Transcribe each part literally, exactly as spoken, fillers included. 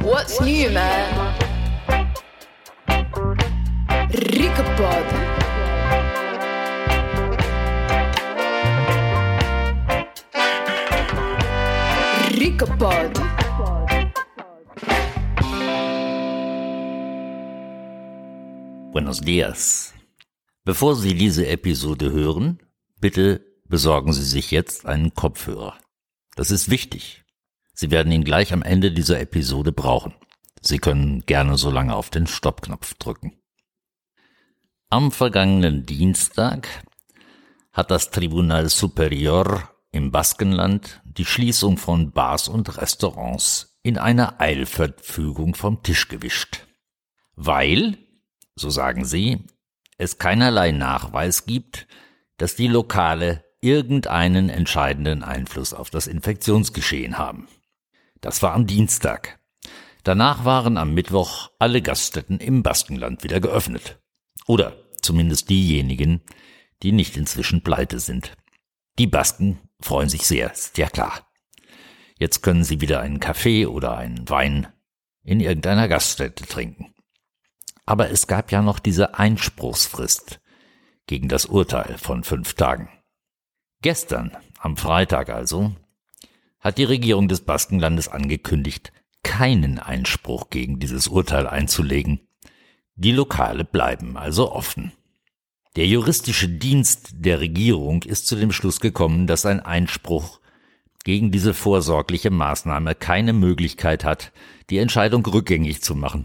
What's new, man? Ricapod. Ricapod. Buenos dias. Bevor Sie diese Episode hören, bitte besorgen Sie sich jetzt einen Kopfhörer. Das ist wichtig. Sie werden ihn gleich am Ende dieser Episode brauchen. Sie können gerne so lange auf den Stoppknopf drücken. Am vergangenen Dienstag hat das Tribunal Superior im Baskenland die Schließung von Bars und Restaurants in einer Eilverfügung vom Tisch gewischt. Weil, so sagen sie, es keinerlei Nachweis gibt, dass die Lokale irgendeinen entscheidenden Einfluss auf das Infektionsgeschehen haben. Das war am Dienstag. Danach waren am Mittwoch alle Gaststätten im Baskenland wieder geöffnet. Oder zumindest diejenigen, die nicht inzwischen pleite sind. Die Basken freuen sich sehr, ist ja klar. Jetzt können sie wieder einen Kaffee oder einen Wein in irgendeiner Gaststätte trinken. Aber es gab ja noch diese Einspruchsfrist gegen das Urteil von fünf Tagen. Gestern, am Freitag also, hat die Regierung des Baskenlandes angekündigt, keinen Einspruch gegen dieses Urteil einzulegen. Die Lokale bleiben also offen. Der juristische Dienst der Regierung ist zu dem Schluss gekommen, dass ein Einspruch gegen diese vorsorgliche Maßnahme keine Möglichkeit hat, die Entscheidung rückgängig zu machen.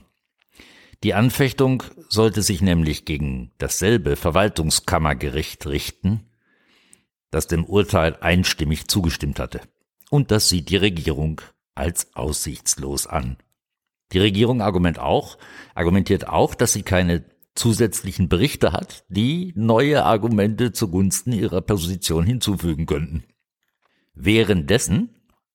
Die Anfechtung sollte sich nämlich gegen dasselbe Verwaltungskammergericht richten, das dem Urteil einstimmig zugestimmt hatte. Und das sieht die Regierung als aussichtslos an. Die Regierung argument auch, argumentiert auch, dass sie keine zusätzlichen Berichte hat, die neue Argumente zugunsten ihrer Position hinzufügen könnten. Währenddessen,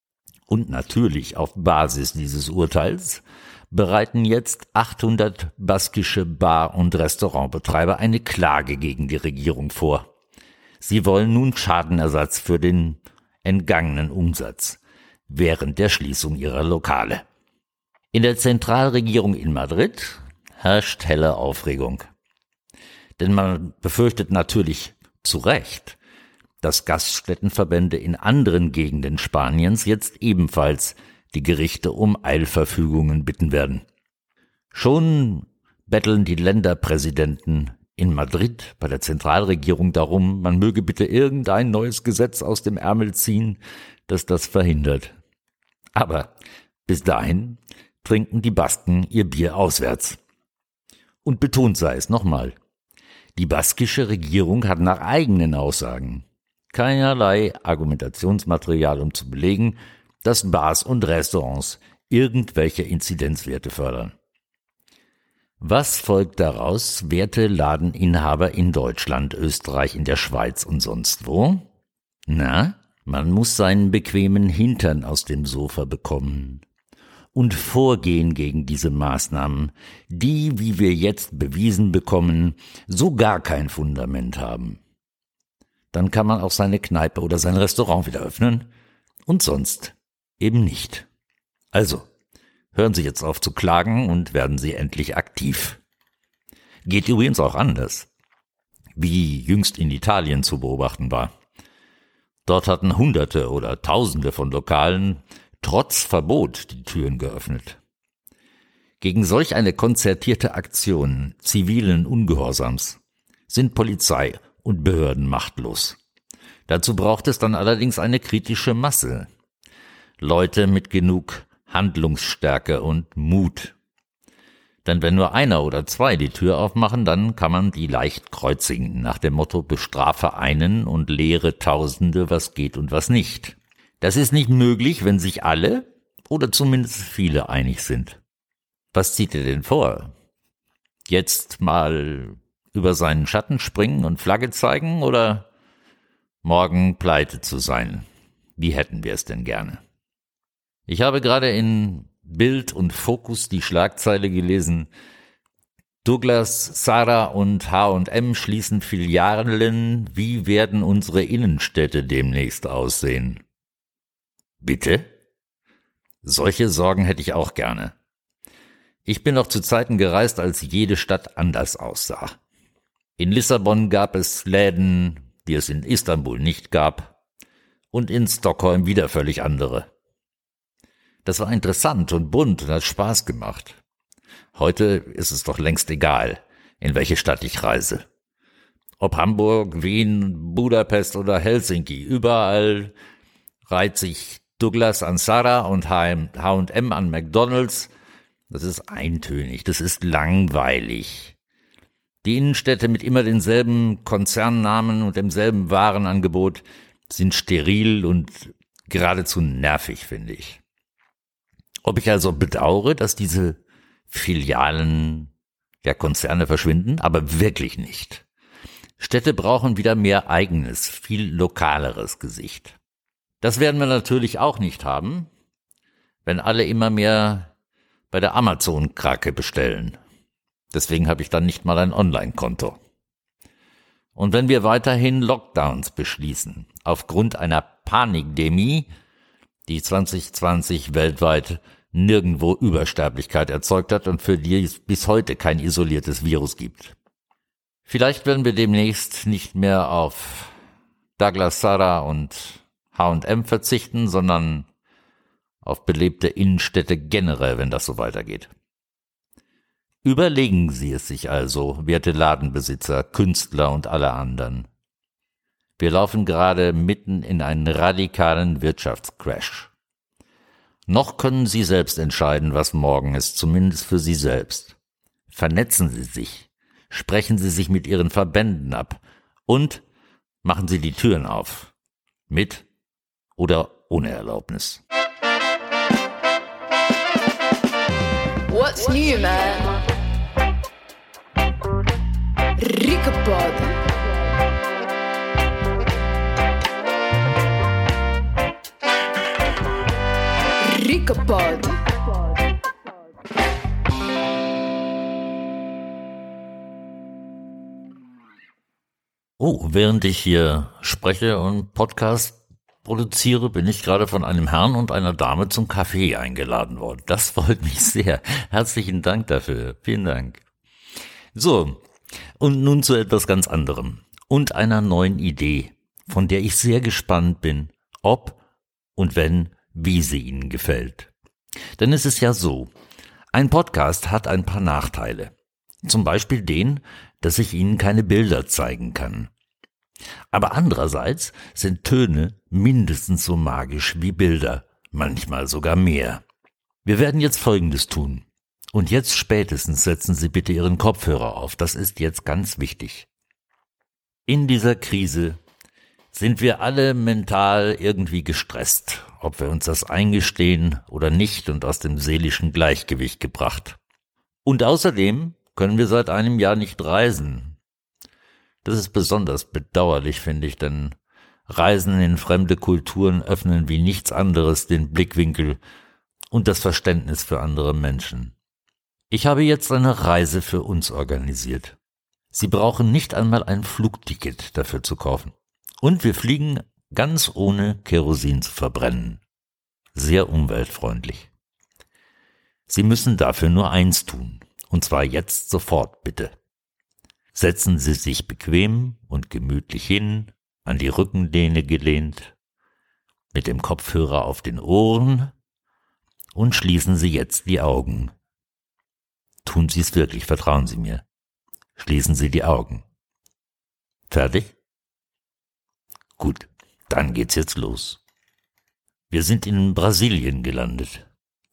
und natürlich auf Basis dieses Urteils, bereiten jetzt achthundert baskische Bar- und Restaurantbetreiber eine Klage gegen die Regierung vor. Sie wollen nun Schadenersatz für den entgangenen Umsatz während der Schließung ihrer Lokale. In der Zentralregierung in Madrid herrscht helle Aufregung. Denn man befürchtet natürlich zu Recht, dass Gaststättenverbände in anderen Gegenden Spaniens jetzt ebenfalls die Gerichte um Eilverfügungen bitten werden. Schon betteln die Länderpräsidenten in Madrid bei der Zentralregierung darum, man möge bitte irgendein neues Gesetz aus dem Ärmel ziehen, das das verhindert. Aber bis dahin trinken die Basken ihr Bier auswärts. Und betont sei es nochmal, die baskische Regierung hat nach eigenen Aussagen keinerlei Argumentationsmaterial, um zu belegen, dass Bars und Restaurants irgendwelche Inzidenzwerte fördern. Was folgt daraus, werte Ladeninhaber in Deutschland, Österreich, in der Schweiz und sonst wo? Na, man muss seinen bequemen Hintern aus dem Sofa bekommen und vorgehen gegen diese Maßnahmen, die, wie wir jetzt bewiesen bekommen, so gar kein Fundament haben. Dann kann man auch seine Kneipe oder sein Restaurant wieder öffnen und sonst eben nicht. Also, hören Sie jetzt auf zu klagen und werden Sie endlich aktiv. Geht übrigens auch anders, wie jüngst in Italien zu beobachten war. Dort hatten Hunderte oder Tausende von Lokalen trotz Verbot die Türen geöffnet. Gegen solch eine konzertierte Aktion zivilen Ungehorsams sind Polizei und Behörden machtlos. Dazu braucht es dann allerdings eine kritische Masse. Leute mit genug Handlungsstärke und Mut. Denn wenn nur einer oder zwei die Tür aufmachen, dann kann man die leicht kreuzigen, nach dem Motto bestrafe einen und lehre Tausende, was geht und was nicht. Das ist nicht möglich, wenn sich alle oder zumindest viele einig sind. Was zieht ihr denn vor? Jetzt mal über seinen Schatten springen und Flagge zeigen oder morgen pleite zu sein? Wie hätten wir es denn gerne? Ich habe gerade in Bild und Fokus die Schlagzeile gelesen: Douglas, Zara und H und M schließen Filialen. Wie werden unsere Innenstädte demnächst aussehen? Bitte? Solche Sorgen hätte ich auch gerne. Ich bin noch zu Zeiten gereist, als jede Stadt anders aussah. In Lissabon gab es Läden, die es in Istanbul nicht gab, und in Stockholm wieder völlig andere. Das war interessant und bunt und hat Spaß gemacht. Heute ist es doch längst egal, in welche Stadt ich reise. Ob Hamburg, Wien, Budapest oder Helsinki, überall reiht sich Douglas an Zara und H und M an McDonald's. Das ist eintönig, das ist langweilig. Die Innenstädte mit immer denselben Konzernnamen und demselben Warenangebot sind steril und geradezu nervig, finde ich. Ob ich also bedauere, dass diese Filialen der Konzerne verschwinden, aber wirklich nicht. Städte brauchen wieder mehr eigenes, viel lokaleres Gesicht. Das werden wir natürlich auch nicht haben, wenn alle immer mehr bei der Amazon-Krake bestellen. Deswegen habe ich dann nicht mal ein Online-Konto. Und wenn wir weiterhin Lockdowns beschließen, aufgrund einer Panikdemie, die zwanzig zwanzig weltweit nirgendwo Übersterblichkeit erzeugt hat und für die es bis heute kein isoliertes Virus gibt. Vielleicht werden wir demnächst nicht mehr auf Douglas, Zara und H und M verzichten, sondern auf belebte Innenstädte generell, wenn das so weitergeht. Überlegen Sie es sich also, werte Ladenbesitzer, Künstler und alle anderen. Wir laufen gerade mitten in einen radikalen Wirtschaftscrash. Noch können Sie selbst entscheiden, was morgen ist, zumindest für Sie selbst. Vernetzen Sie sich, sprechen Sie sich mit Ihren Verbänden ab und machen Sie die Türen auf. Mit oder ohne Erlaubnis. What's new, man? Rickapod. Rickapod. Oh, während ich hier spreche und Podcast produziere, bin ich gerade von einem Herrn und einer Dame zum Kaffee eingeladen worden. Das freut mich sehr. Herzlichen Dank dafür. Vielen Dank. So, und nun zu etwas ganz anderem und einer neuen Idee, von der ich sehr gespannt bin, ob und wenn, wie sie Ihnen gefällt. Denn es ist ja so, ein Podcast hat ein paar Nachteile. Zum Beispiel den, dass ich Ihnen keine Bilder zeigen kann. Aber andererseits sind Töne mindestens so magisch wie Bilder, manchmal sogar mehr. Wir werden jetzt Folgendes tun. Und jetzt spätestens setzen Sie bitte Ihren Kopfhörer auf, das ist jetzt ganz wichtig. In dieser Krise sind wir alle mental irgendwie gestresst, ob wir uns das eingestehen oder nicht und aus dem seelischen Gleichgewicht gebracht. Und außerdem können wir seit einem Jahr nicht reisen. Das ist besonders bedauerlich, finde ich, denn Reisen in fremde Kulturen öffnen wie nichts anderes den Blickwinkel und das Verständnis für andere Menschen. Ich habe jetzt eine Reise für uns organisiert. Sie brauchen nicht einmal ein Flugticket dafür zu kaufen. Und wir fliegen ganz ohne Kerosin zu verbrennen. Sehr umweltfreundlich. Sie müssen dafür nur eins tun, und zwar jetzt sofort bitte. Setzen Sie sich bequem und gemütlich hin, an die Rückenlehne gelehnt, mit dem Kopfhörer auf den Ohren und schließen Sie jetzt die Augen. Tun Sie es wirklich, vertrauen Sie mir. Schließen Sie die Augen. Fertig? Gut, dann geht's jetzt los. Wir sind in Brasilien gelandet.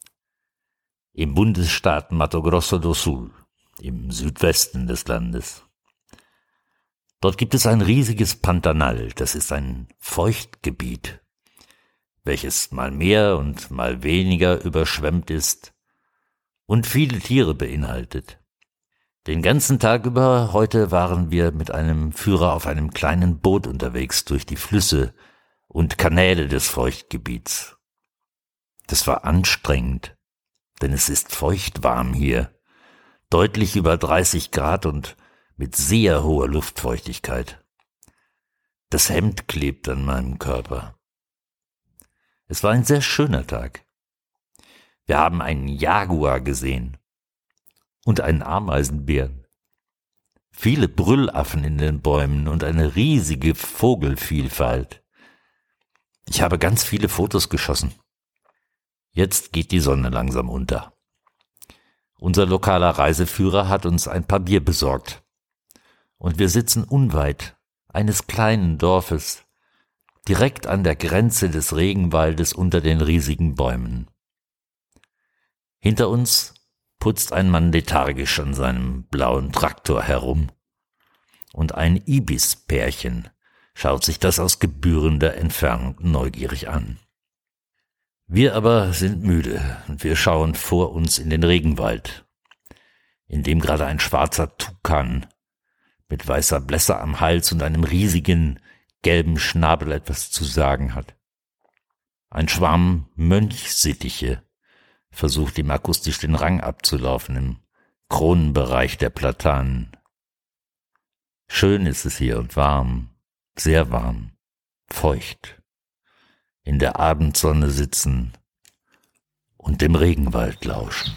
Im Bundesstaat Mato Grosso do Sul, im Südwesten des Landes. Dort gibt es ein riesiges Pantanal, das ist ein Feuchtgebiet, welches mal mehr und mal weniger überschwemmt ist und viele Tiere beinhaltet. Den ganzen Tag über heute waren wir mit einem Führer auf einem kleinen Boot unterwegs durch die Flüsse und Kanäle des Feuchtgebiets. Das war anstrengend, denn es ist feuchtwarm hier, deutlich über dreißig Grad und mit sehr hoher Luftfeuchtigkeit. Das Hemd klebt an meinem Körper. Es war ein sehr schöner Tag. Wir haben einen Jaguar gesehen, und einen Ameisenbären. Viele Brüllaffen in den Bäumen und eine riesige Vogelvielfalt. Ich habe ganz viele Fotos geschossen. Jetzt geht die Sonne langsam unter. Unser lokaler Reiseführer hat uns ein paar Bier besorgt. Und wir sitzen unweit eines kleinen Dorfes, direkt an der Grenze des Regenwaldes unter den riesigen Bäumen. Hinter uns putzt ein Mann lethargisch an seinem blauen Traktor herum. Und ein Ibis-Pärchen schaut sich das aus gebührender Entfernung neugierig an. Wir aber sind müde und wir schauen vor uns in den Regenwald, in dem gerade ein schwarzer Tukan mit weißer Blässe am Hals und einem riesigen, gelben Schnabel etwas zu sagen hat. Ein Schwarm Mönchsittiche versucht ihm akustisch den Rang abzulaufen im Kronenbereich der Platanen. Schön ist es hier und warm, sehr warm, feucht, in der Abendsonne sitzen und dem Regenwald lauschen.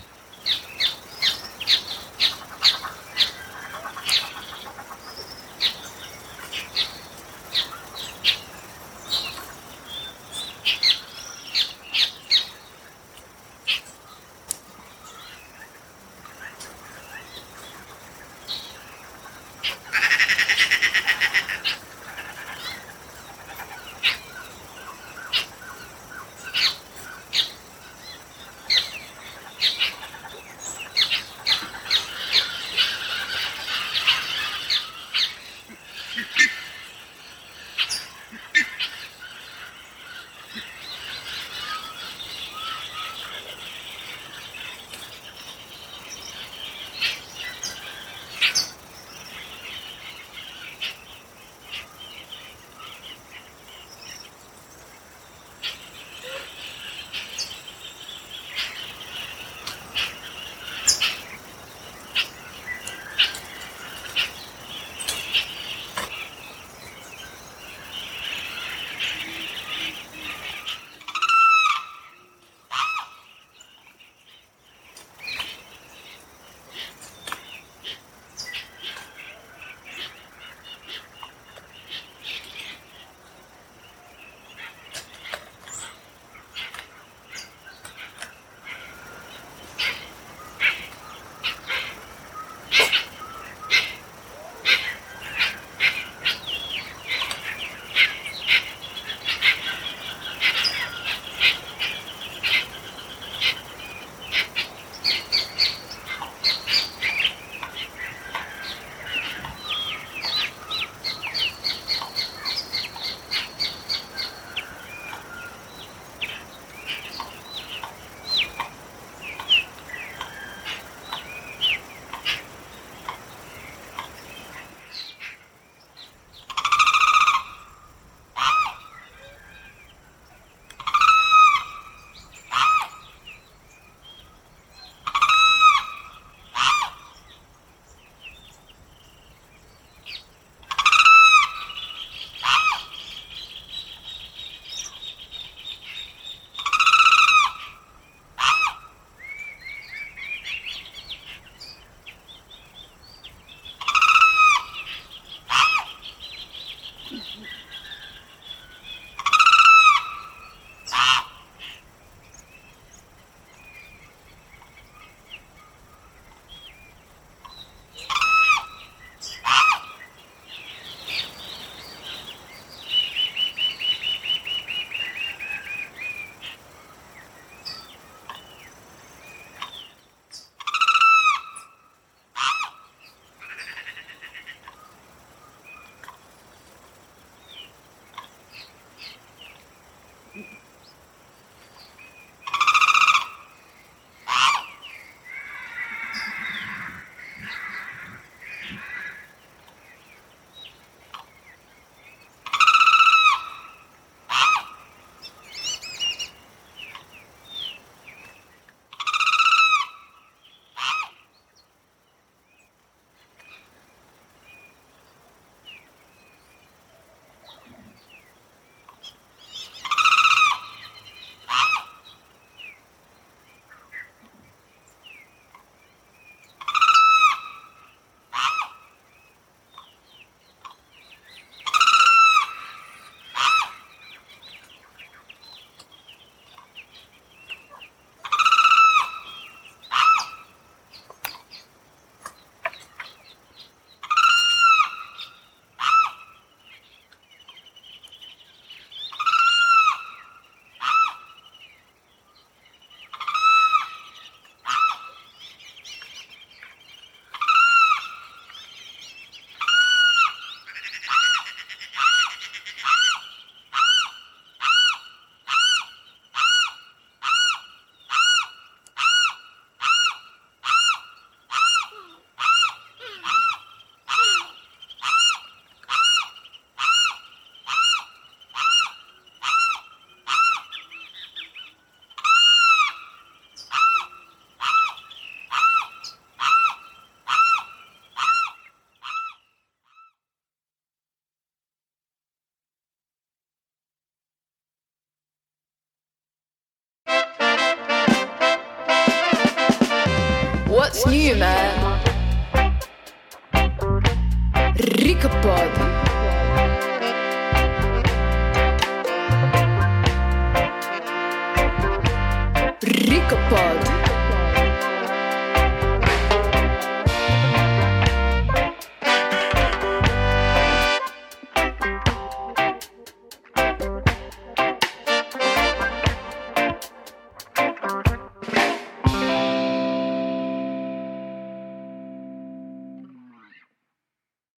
What's new, man?